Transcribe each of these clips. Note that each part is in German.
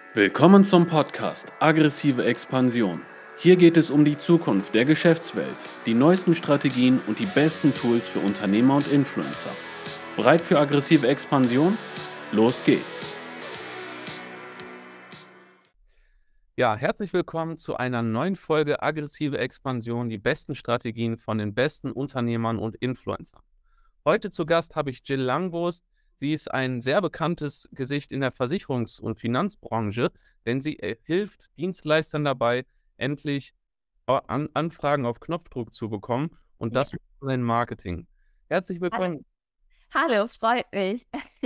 Willkommen zum Podcast Aggressive Expansion. Hier geht es um die Zukunft der Geschäftswelt, die neuesten Strategien und die besten Tools für Unternehmer und Influencer. Bereit für aggressive Expansion? Los geht's! Ja, herzlich willkommen zu einer neuen Folge Aggressive Expansion, die besten Strategien von den besten Unternehmern und Influencern. Heute zu Gast habe ich Jill Langbos. Sie ist ein sehr bekanntes Gesicht in der Versicherungs- und Finanzbranche, denn sie hilft Dienstleistern dabei, endlich Anfragen auf Knopfdruck zu bekommen und das mit Online-Marketing. Herzlich willkommen. Hallo, freut mich.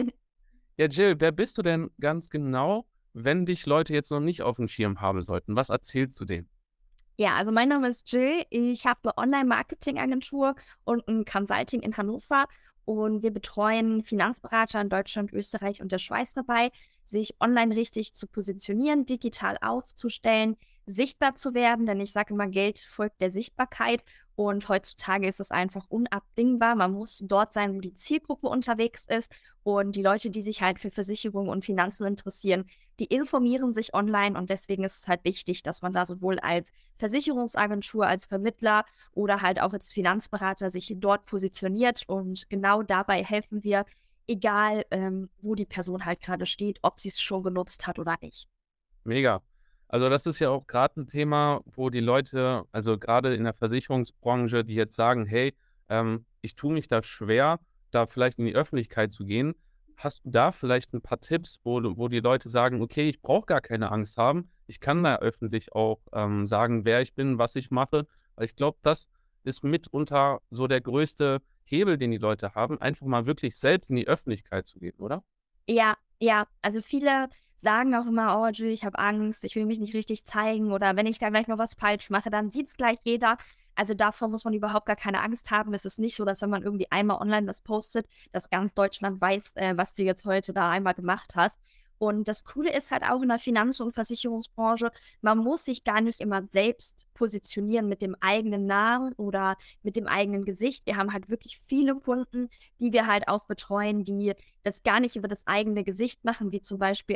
Ja, Jill, wer bist du denn ganz genau, wenn dich Leute jetzt noch nicht auf dem Schirm haben sollten? Was erzählst du denen? Ja, also mein Name ist Jill. Ich habe eine Online-Marketing-Agentur und ein Consulting in Hannover. Und wir betreuen Finanzberater in Deutschland, Österreich und der Schweiz dabei, sich online richtig zu positionieren, digital aufzustellen, sichtbar zu werden. Denn ich sage immer, Geld folgt der Sichtbarkeit. Und heutzutage ist es einfach unabdingbar. Man muss dort sein, wo die Zielgruppe unterwegs ist. Und die Leute, die sich halt für Versicherungen und Finanzen interessieren, die informieren sich online. Und deswegen ist es halt wichtig, dass man da sowohl als Versicherungsagentur, als Vermittler oder halt auch als Finanzberater sich dort positioniert. Und genau dabei helfen wir, egal wo die Person halt gerade steht, ob sie es schon genutzt hat oder nicht. Mega. Also das ist ja auch gerade ein Thema, wo die Leute, also gerade in der Versicherungsbranche, die jetzt sagen, hey, ich tue mich da schwer, da vielleicht in die Öffentlichkeit zu gehen. Hast du da vielleicht ein paar Tipps, wo die Leute sagen, okay, ich brauche gar keine Angst haben, ich kann da öffentlich auch sagen, wer ich bin, was ich mache. Weil ich glaube, das ist mitunter so der größte Hebel, den die Leute haben, einfach mal wirklich selbst in die Öffentlichkeit zu gehen, oder? Ja, also viele sagen auch immer, oh Jill, ich habe Angst, ich will mich nicht richtig zeigen oder wenn ich da gleich noch was falsch mache, dann sieht es gleich jeder. Also davor muss man überhaupt gar keine Angst haben. Es ist nicht so, dass wenn man irgendwie einmal online was postet, dass ganz Deutschland weiß, was du jetzt heute da einmal gemacht hast. Und das Coole ist halt auch in der Finanz- und Versicherungsbranche, man muss sich gar nicht immer selbst positionieren mit dem eigenen Namen oder mit dem eigenen Gesicht. Wir haben halt wirklich viele Kunden, die wir halt auch betreuen, die das gar nicht über das eigene Gesicht machen, wie zum Beispiel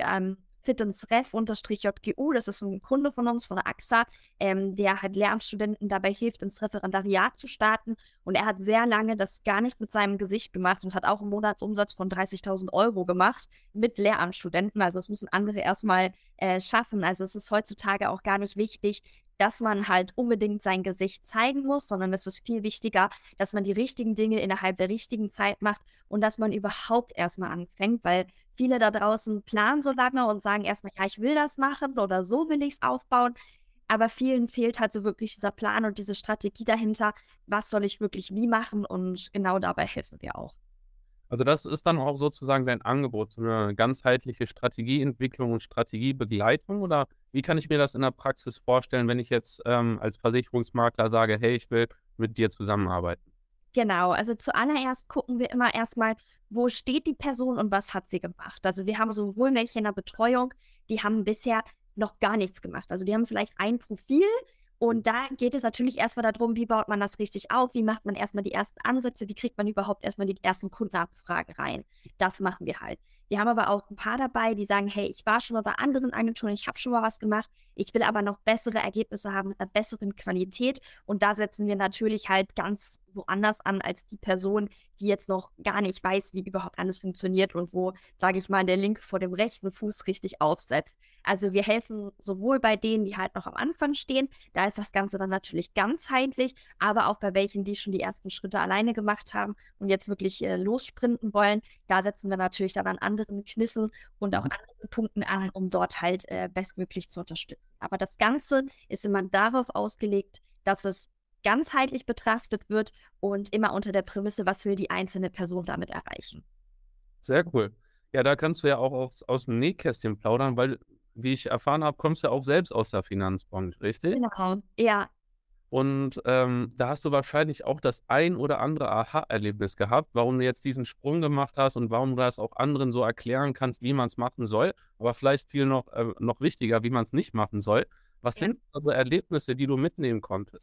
Fitensref-JGU, das ist ein Kunde von uns, von der AXA, der halt Lehramtsstudenten dabei hilft, ins Referendariat zu starten. Und er hat sehr lange das gar nicht mit seinem Gesicht gemacht und hat auch einen Monatsumsatz von 30.000 Euro gemacht mit Lehramtsstudenten. Also das müssen andere erstmal schaffen. Also es ist heutzutage auch gar nicht wichtig, dass man halt unbedingt sein Gesicht zeigen muss, sondern es ist viel wichtiger, dass man die richtigen Dinge innerhalb der richtigen Zeit macht und dass man überhaupt erstmal anfängt, weil viele da draußen planen so lange und sagen erstmal, ja, ich will das machen oder so will ich es aufbauen. Aber vielen fehlt halt so wirklich dieser Plan und diese Strategie dahinter. Was soll ich wirklich wie machen? Und genau dabei helfen wir auch. Also das ist dann auch sozusagen dein Angebot, so 'ne ganzheitliche Strategieentwicklung und Strategiebegleitung oder wie kann ich mir das in der Praxis vorstellen, wenn ich jetzt, als Versicherungsmakler sage: „Hey, ich will mit dir zusammenarbeiten?“ Genau, also zuallererst gucken wir immer erstmal, wo steht die Person und was hat sie gemacht. Also wir haben sowohl welche in der Betreuung, die haben bisher noch gar nichts gemacht. Also die haben vielleicht ein Profil und da geht es natürlich erstmal darum, wie baut man das richtig auf, wie macht man erstmal die ersten Ansätze, wie kriegt man überhaupt erstmal die ersten Kundenabfragen rein. Das machen wir halt. Wir haben aber auch ein paar dabei, die sagen, hey, ich war schon mal bei anderen Agenturen, ich habe schon mal was gemacht, ich will aber noch bessere Ergebnisse haben mit einer besseren Qualität. Und da setzen wir natürlich halt ganz woanders an als die Person, die jetzt noch gar nicht weiß, wie überhaupt alles funktioniert und wo, sage ich mal, der linke vor dem rechten Fuß richtig aufsetzt. Also wir helfen sowohl bei denen, die halt noch am Anfang stehen, da ist das Ganze dann natürlich ganzheitlich, aber auch bei welchen, die schon die ersten Schritte alleine gemacht haben und jetzt wirklich lossprinten wollen, da setzen wir natürlich dann an anderen Kniffeln und auch anderen Punkten an, um dort halt bestmöglich zu unterstützen. Aber das Ganze ist immer darauf ausgelegt, dass es ganzheitlich betrachtet wird und immer unter der Prämisse, was will die einzelne Person damit erreichen. Sehr cool. Ja, da kannst du ja auch aus dem Nähkästchen plaudern, weil, wie ich erfahren habe, kommst du ja auch selbst aus der Finanzbranche, richtig? Genau. Ja, Und, da hast du wahrscheinlich auch das ein oder andere Aha-Erlebnis gehabt, warum du jetzt diesen Sprung gemacht hast und warum du das auch anderen so erklären kannst, wie man es machen soll, aber vielleicht viel noch wichtiger, wie man es nicht machen soll. Was ja. sind also Erlebnisse, die du mitnehmen konntest?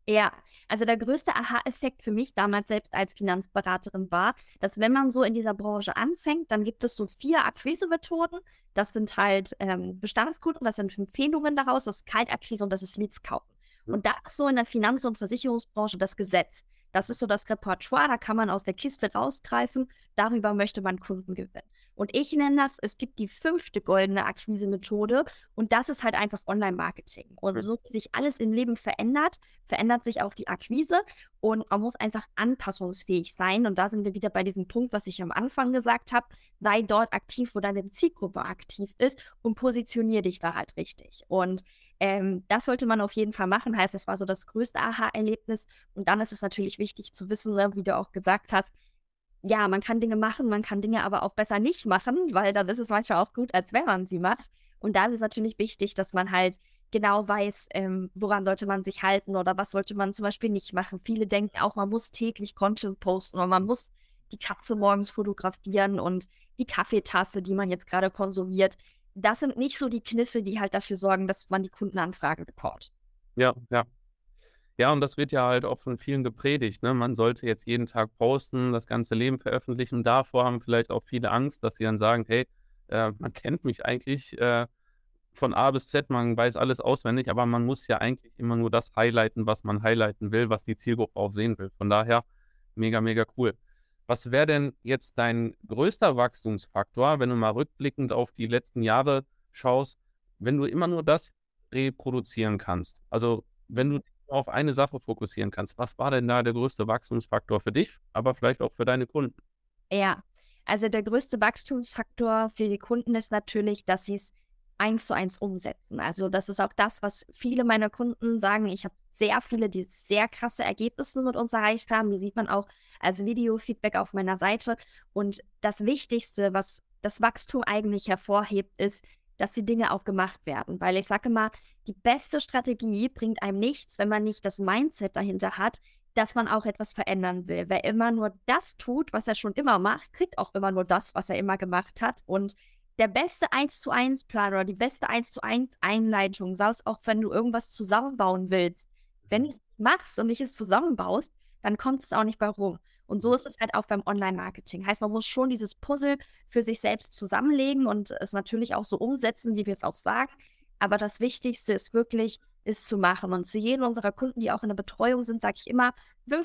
Ja, also der größte Aha-Effekt für mich damals selbst als Finanzberaterin war, dass wenn man so in dieser Branche anfängt, dann gibt es so 4 Akquisemethoden. Das sind halt Bestandskunden, das sind Empfehlungen daraus, das ist Kaltakquise und das ist Leads kaufen. Mhm. Und das ist so in der Finanz- und Versicherungsbranche das Gesetz. Das ist so das Repertoire, da kann man aus der Kiste rausgreifen, darüber möchte man Kunden gewinnen. Und ich nenne das, es gibt die 5. goldene Akquise-Methode und das ist halt einfach Online-Marketing. Und so wie sich alles im Leben verändert, verändert sich auch die Akquise und man muss einfach anpassungsfähig sein. Und da sind wir wieder bei diesem Punkt, was ich am Anfang gesagt habe, sei dort aktiv, wo deine Zielgruppe aktiv ist und positionier dich da halt richtig. Und das sollte man auf jeden Fall machen. Heißt, das war so das größte Aha-Erlebnis. Und dann ist es natürlich wichtig zu wissen, ne, wie du auch gesagt hast, ja, man kann Dinge machen, man kann Dinge aber auch besser nicht machen, weil dann ist es manchmal auch gut, als wenn man sie macht. Und da ist es natürlich wichtig, dass man halt genau weiß, woran sollte man sich halten oder was sollte man zum Beispiel nicht machen. Viele denken auch, man muss täglich Content posten oder man muss die Katze morgens fotografieren und die Kaffeetasse, die man jetzt gerade konsumiert. Das sind nicht so die Kniffe, die halt dafür sorgen, dass man die Kundenanfrage bekommt. Ja, ja. Ja, und das wird ja halt auch von vielen gepredigt, ne? Man sollte jetzt jeden Tag posten, das ganze Leben veröffentlichen. Und davor haben vielleicht auch viele Angst, dass sie dann sagen: „Hey, man kennt mich eigentlich, von A bis Z, man weiß alles auswendig, aber man muss ja eigentlich immer nur das highlighten, was man highlighten will, was die Zielgruppe auch sehen will.“ Von daher mega, mega cool. Was wäre denn jetzt dein größter Wachstumsfaktor, wenn du mal rückblickend auf die letzten Jahre schaust, wenn du immer nur das reproduzieren kannst? Also, wenn du dich auf eine Sache fokussieren kannst, was war denn da der größte Wachstumsfaktor für dich, aber vielleicht auch für deine Kunden? Ja, also der größte Wachstumsfaktor für die Kunden ist natürlich, dass sie es 1:1 umsetzen. Also das ist auch das, was viele meiner Kunden sagen. Ich habe sehr viele, die sehr krasse Ergebnisse mit uns erreicht haben. Die sieht man auch als Video-Feedback auf meiner Seite. Und das Wichtigste, was das Wachstum eigentlich hervorhebt, ist, dass die Dinge auch gemacht werden. Weil ich sage immer, die beste Strategie bringt einem nichts, wenn man nicht das Mindset dahinter hat, dass man auch etwas verändern will. Wer immer nur das tut, was er schon immer macht, kriegt auch immer nur das, was er immer gemacht hat. Und der beste 1:1 Plan oder die beste 1:1 Einleitung, sei es auch, wenn du irgendwas zusammenbauen willst. Wenn du es machst und nicht es zusammenbaust, dann kommt es auch nicht bei rum. Und so ist es halt auch beim Online-Marketing. Heißt, man muss schon dieses Puzzle für sich selbst zusammenlegen und es natürlich auch so umsetzen, wie wir es auch sagen. Aber das Wichtigste ist wirklich, es zu machen. Und zu jedem unserer Kunden, die auch in der Betreuung sind, sage ich immer,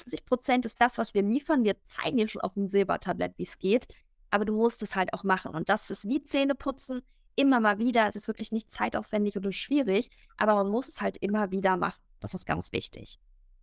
50% ist das, was wir liefern. Wir zeigen dir schon auf dem Silbertablett, wie es geht. Aber du musst es halt auch machen. Und das ist wie Zähneputzen, immer mal wieder. Es ist wirklich nicht zeitaufwendig oder schwierig, aber man muss es halt immer wieder machen. Das ist ganz wichtig.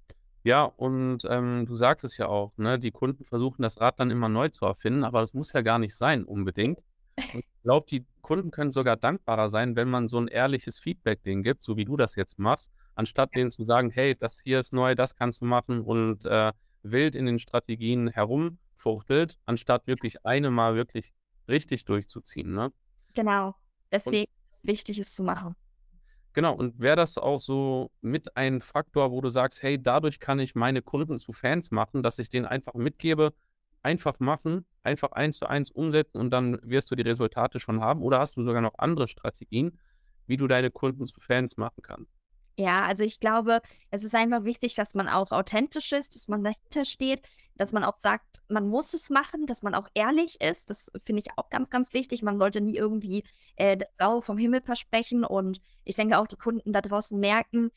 Ja, und, du sagst es ja auch, ne, die Kunden versuchen das Rad dann immer neu zu erfinden, aber das muss ja gar nicht sein unbedingt. Und ich glaube, die Kunden können sogar dankbarer sein, wenn man so 'n ehrliches Feedback denen gibt, so wie du das jetzt machst, anstatt denen zu sagen: „Hey, das hier ist neu, das kannst du machen“ und, wild in den Strategien herumfuchtelt, anstatt wirklich eine mal wirklich richtig durchzuziehen, ne? Genau. Und Deswegen ist es wichtig, es zu machen. genau, und wäre das auch so mit ein Faktor, wo du sagst: „Hey, dadurch kann ich meine Kunden zu Fans machen“, dass ich denen einfach mitgebe: „Einfach machen, einfach 1:1 umsetzen und dann wirst du die Resultate schon haben“? Oder hast du sogar noch andere Strategien, wie du deine Kunden zu Fans machen kannst? Ja, also ich glaube, es ist einfach wichtig, dass man auch authentisch ist, dass man dahinter steht, dass man auch sagt, man muss es machen, dass man auch ehrlich ist. Das finde ich auch ganz, ganz wichtig. Man sollte nie irgendwie das Blaue vom Himmel versprechen. Und ich denke auch, die Kunden da draußen merken,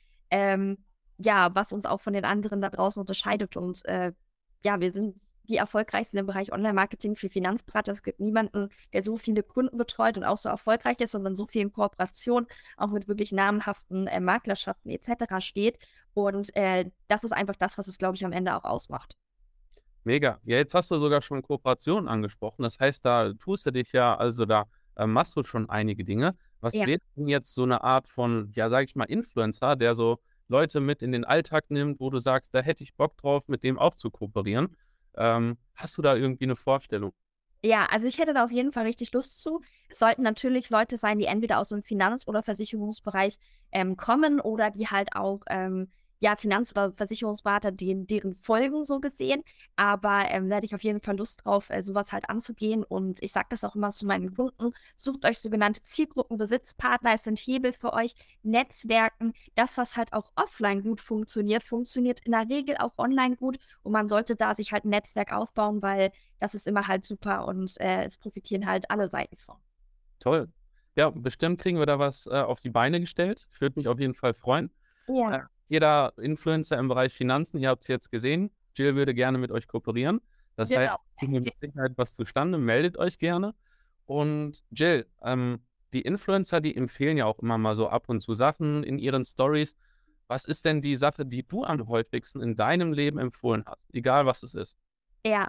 ja, was uns auch von den anderen da draußen unterscheidet. Und ja, wir sind die erfolgreichsten im Bereich Online-Marketing für Finanzberater. Es gibt niemanden, der so viele Kunden betreut und auch so erfolgreich ist und in so vielen Kooperationen auch mit wirklich namhaften Maklerschaften et cetera steht. Und das ist einfach das, was es, glaube ich, am Ende auch ausmacht. Mega. Ja, jetzt hast du sogar schon Kooperationen angesprochen. Das heißt, da tust du dich ja also da, machst du schon einige Dinge. Was Ja. wäre denn jetzt so 'ne Art von, ja, sage ich mal, Influencer, der so Leute mit in den Alltag nimmt, wo du sagst: „Da hätte ich Bock drauf, mit dem auch zu kooperieren.“ hast du da irgendwie 'ne Vorstellung? Ja, also ich hätte da auf jeden Fall richtig Lust zu. Es sollten natürlich Leute sein, die entweder aus dem Finanz- oder Versicherungsbereich kommen oder die halt auch ja, Finanz- oder Versicherungsberater, deren Folgen so gesehen. Aber da hätte ich auf jeden Fall Lust drauf, sowas halt anzugehen. Und ich sage das auch immer zu meinen Kunden: Sucht euch sogenannte Zielgruppen, Besitzpartner. Es sind Hebel für euch, Netzwerken. Das, was halt auch offline gut funktioniert, funktioniert in der Regel auch online gut. Und man sollte da sich halt ein Netzwerk aufbauen, weil das ist immer halt super und es profitieren halt alle Seiten von. Toll. Ja, bestimmt kriegen wir da was auf die Beine gestellt. Ich würde mich auf jeden Fall freuen. Ja. Jeder Influencer im Bereich Finanzen, ihr habt es jetzt gesehen, Jill würde gerne mit euch kooperieren. Das heißt, Genau. kriegen wir mit Sicherheit was zustande, meldet euch gerne. Und Jill, die Influencer, die empfehlen ja auch immer mal so ab und zu Sachen in ihren Stories. Was ist denn die Sache, die du am häufigsten in deinem Leben empfohlen hast? Egal, was es ist. Ja.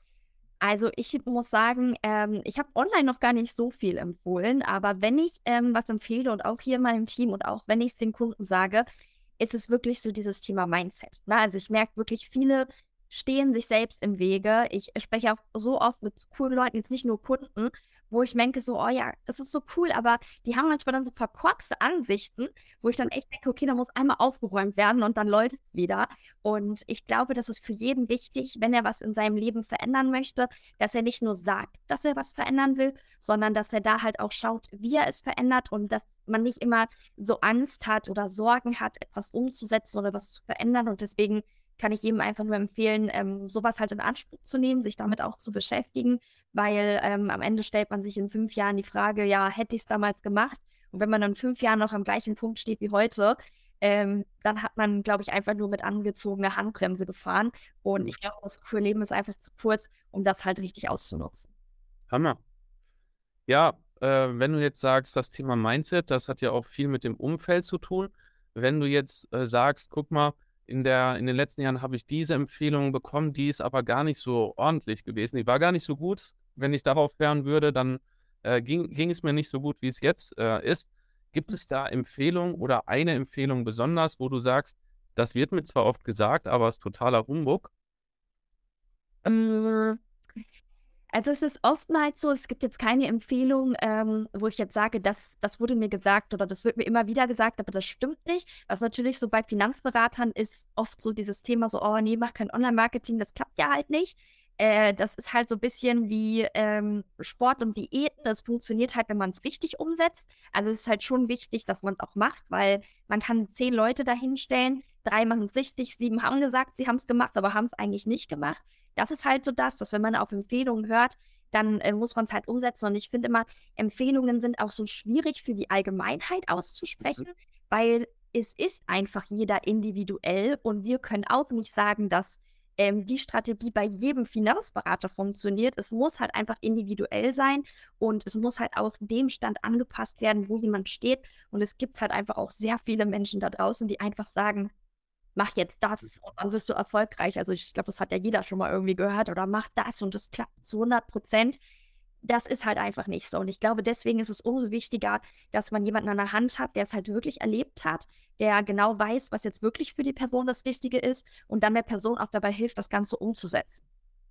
Also ich muss sagen, ich habe online noch gar nicht so viel empfohlen, aber wenn ich was empfehle und auch hier in meinem Team und auch wenn ich es den Kunden sage, ist es wirklich so dieses Thema Mindset. Ne? Also ich merke wirklich, viele stehen sich selbst im Wege. Ich spreche auch so oft mit coolen Leuten, jetzt nicht nur Kunden, wo ich denke so, oh ja, das ist so cool, aber die haben manchmal dann so verkorkste Ansichten, wo ich dann echt denke, okay, da muss einmal aufgeräumt werden und dann läuft es wieder. Und ich glaube, das ist für jeden wichtig, wenn er was in seinem Leben verändern möchte, dass er nicht nur sagt, dass er was verändern will, sondern dass er da halt auch schaut, wie er es verändert und dass man nicht immer so Angst hat oder Sorgen hat, etwas umzusetzen oder was zu verändern. Und deswegen kann ich jedem einfach nur empfehlen, sowas halt in Anspruch zu nehmen, sich damit auch zu beschäftigen, weil am Ende stellt man sich in 5 Jahren die Frage, ja, hätte ich es damals gemacht? Und wenn man dann 5 Jahren noch am gleichen Punkt steht wie heute, dann hat man, glaube ich, einfach nur mit angezogener Handbremse gefahren. Und ich glaube, das Leben ist einfach zu kurz, um das halt richtig auszunutzen. Hammer. Ja, wenn du jetzt sagst, das Thema Mindset, das hat ja auch viel mit dem Umfeld zu tun. Wenn du jetzt sagst, guck mal, in den letzten Jahren habe ich diese Empfehlung bekommen, die ist aber gar nicht so ordentlich gewesen. Die war gar nicht so gut. Wenn ich darauf hören würde, dann ging es mir nicht so gut, wie es jetzt ist. Gibt es da Empfehlungen oder eine Empfehlung besonders, wo du sagst, das wird mir zwar oft gesagt, aber es ist totaler Humbug? Ähm, Also es ist oftmals so, es gibt jetzt keine Empfehlung, wo ich jetzt sage, das wurde mir gesagt oder das wird mir immer wieder gesagt, aber das stimmt nicht. Was natürlich so bei Finanzberatern ist oft so dieses Thema so, oh nee, mach kein Online-Marketing, das klappt ja halt nicht. Das ist halt so ein bisschen wie Sport und Diäten. Das funktioniert halt, wenn man es richtig umsetzt. Also es ist halt schon wichtig, dass man es auch macht, weil man kann 10 Leute dahinstellen, 3 machen es richtig, 7 haben gesagt, sie haben es gemacht, aber haben es eigentlich nicht gemacht. Das ist halt so dass wenn man auf Empfehlungen hört, dann muss man es halt umsetzen. Und ich finde immer, Empfehlungen sind auch so schwierig für die Allgemeinheit auszusprechen, weil es ist einfach jeder individuell und wir können auch nicht sagen, dass die Strategie bei jedem Finanzberater funktioniert. Es muss halt einfach individuell sein und es muss halt auch dem Stand angepasst werden, wo jemand steht. Und es gibt halt einfach auch sehr viele Menschen da draußen, die einfach sagen, mach jetzt das und dann wirst du erfolgreich. Also ich glaube, das hat ja jeder schon mal irgendwie gehört oder mach das und das klappt zu 100%. Das ist halt einfach nicht so. Und ich glaube, deswegen ist es umso wichtiger, dass man jemanden an der Hand hat, der es halt wirklich erlebt hat, der genau weiß, was jetzt wirklich für die Person das Richtige ist und dann der Person auch dabei hilft, das Ganze umzusetzen.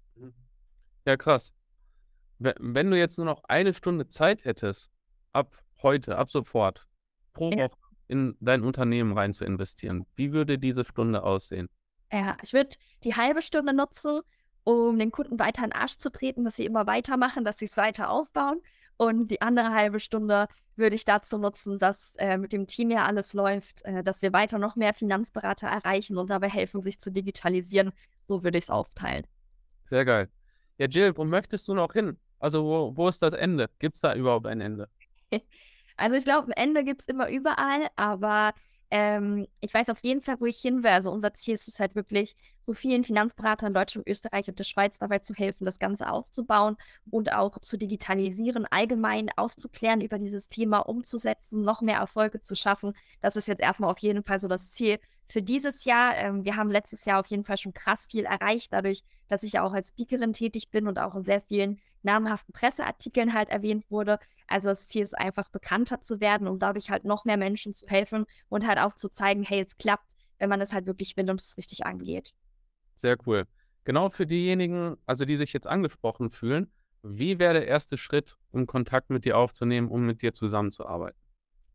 Ja, krass. Wenn du jetzt nur noch eine Stunde Zeit hättest, ab heute, ab sofort, pro Ja. Woche in dein Unternehmen rein zu investieren, wie würde diese Stunde aussehen? Ja, ich würde die halbe Stunde nutzen, um den Kunden weiter in den Arsch zu treten, dass sie immer weitermachen, dass sie es weiter aufbauen. Und die andere halbe Stunde würde ich dazu nutzen, dass mit dem Team ja alles läuft, dass wir weiter noch mehr Finanzberater erreichen und dabei helfen, sich zu digitalisieren. So würde ich es aufteilen. Sehr geil. Ja, Jill, wo möchtest du noch hin? Also, wo ist das Ende? Gibt es da überhaupt ein Ende? Also ich glaube, ein Ende gibt es immer überall, aber ich weiß auf jeden Fall, wo ich hin will. Also unser Ziel ist es halt wirklich, so vielen Finanzberatern in Deutschland, Österreich und der Schweiz dabei zu helfen, das Ganze aufzubauen und auch zu digitalisieren, allgemein aufzuklären über dieses Thema, umzusetzen, noch mehr Erfolge zu schaffen. Das ist jetzt erstmal auf jeden Fall so das Ziel für dieses Jahr. Wir haben letztes Jahr auf jeden Fall schon krass viel erreicht, dadurch, dass ich ja auch als Speakerin tätig bin und auch in sehr vielen namhaften Presseartikeln halt erwähnt wurde. Also das Ziel ist einfach, bekannter zu werden und dadurch halt noch mehr Menschen zu helfen und halt auch zu zeigen, hey, es klappt, wenn man es halt wirklich will und es richtig angeht. Sehr cool. Genau für diejenigen, also die sich jetzt angesprochen fühlen, wie wäre der erste Schritt, um Kontakt mit dir aufzunehmen, um mit dir zusammenzuarbeiten?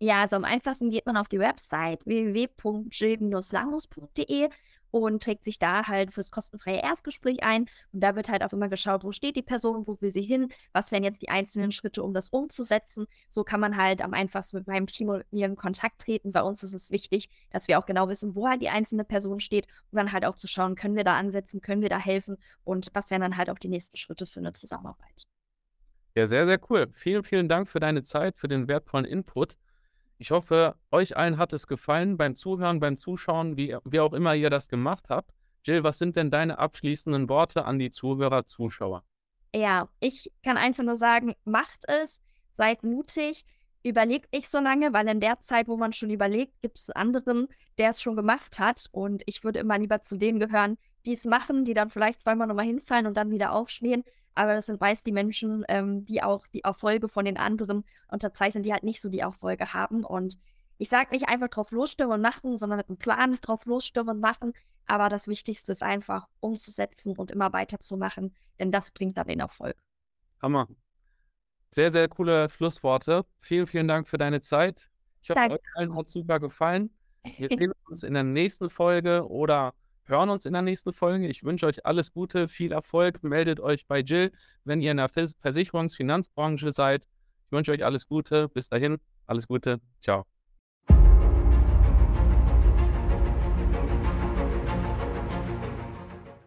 Ja, also am einfachsten geht man auf die Website www.jill-langus.de und trägt sich da halt fürs kostenfreie Erstgespräch ein. Und da wird halt auch immer geschaut, wo steht die Person, wo will sie hin, was wären jetzt die einzelnen Schritte, um das umzusetzen. So kann man halt am einfachsten mit meinem Team und mit mir in Kontakt treten. Bei uns ist es wichtig, dass wir auch genau wissen, wo halt die einzelne Person steht und dann halt auch zu schauen, können wir da ansetzen, können wir da helfen und was wären dann halt auch die nächsten Schritte für eine Zusammenarbeit. Ja, sehr, sehr cool. Vielen, vielen Dank für deine Zeit, für den wertvollen Input. Ich hoffe, euch allen hat es gefallen beim Zuhören, beim Zuschauen, wie auch immer ihr das gemacht habt. Jill, was sind denn deine abschließenden Worte an die Zuhörer, Zuschauer? Ja, ich kann einfach nur sagen, macht es, seid mutig, überlegt nicht so lange, weil in der Zeit, wo man schon überlegt, gibt es anderen, der es schon gemacht hat. Und ich würde immer lieber zu denen gehören, die es machen, die dann vielleicht zweimal nochmal hinfallen und dann wieder aufstehen. Aber das sind meist die Menschen, die auch die Erfolge von den anderen unterzeichnen, die halt nicht so die Erfolge haben. Und ich sage nicht einfach drauf losstürmen und machen, sondern mit einem Plan drauf losstürmen und machen. Aber das Wichtigste ist einfach umzusetzen und immer weiterzumachen, denn das bringt dann den Erfolg. Hammer. Sehr, sehr coole Schlussworte. Vielen, vielen Dank für deine Zeit. Ich hoffe, Danke. euch allen hat super gefallen. Wir sehen uns in der nächsten Folge oder hören uns in der nächsten Folge. Ich wünsche euch alles Gute, viel Erfolg. Meldet euch bei Jill, wenn ihr in der Versicherungs-Finanzbranche seid. Ich wünsche euch alles Gute. Bis dahin, alles Gute. Ciao.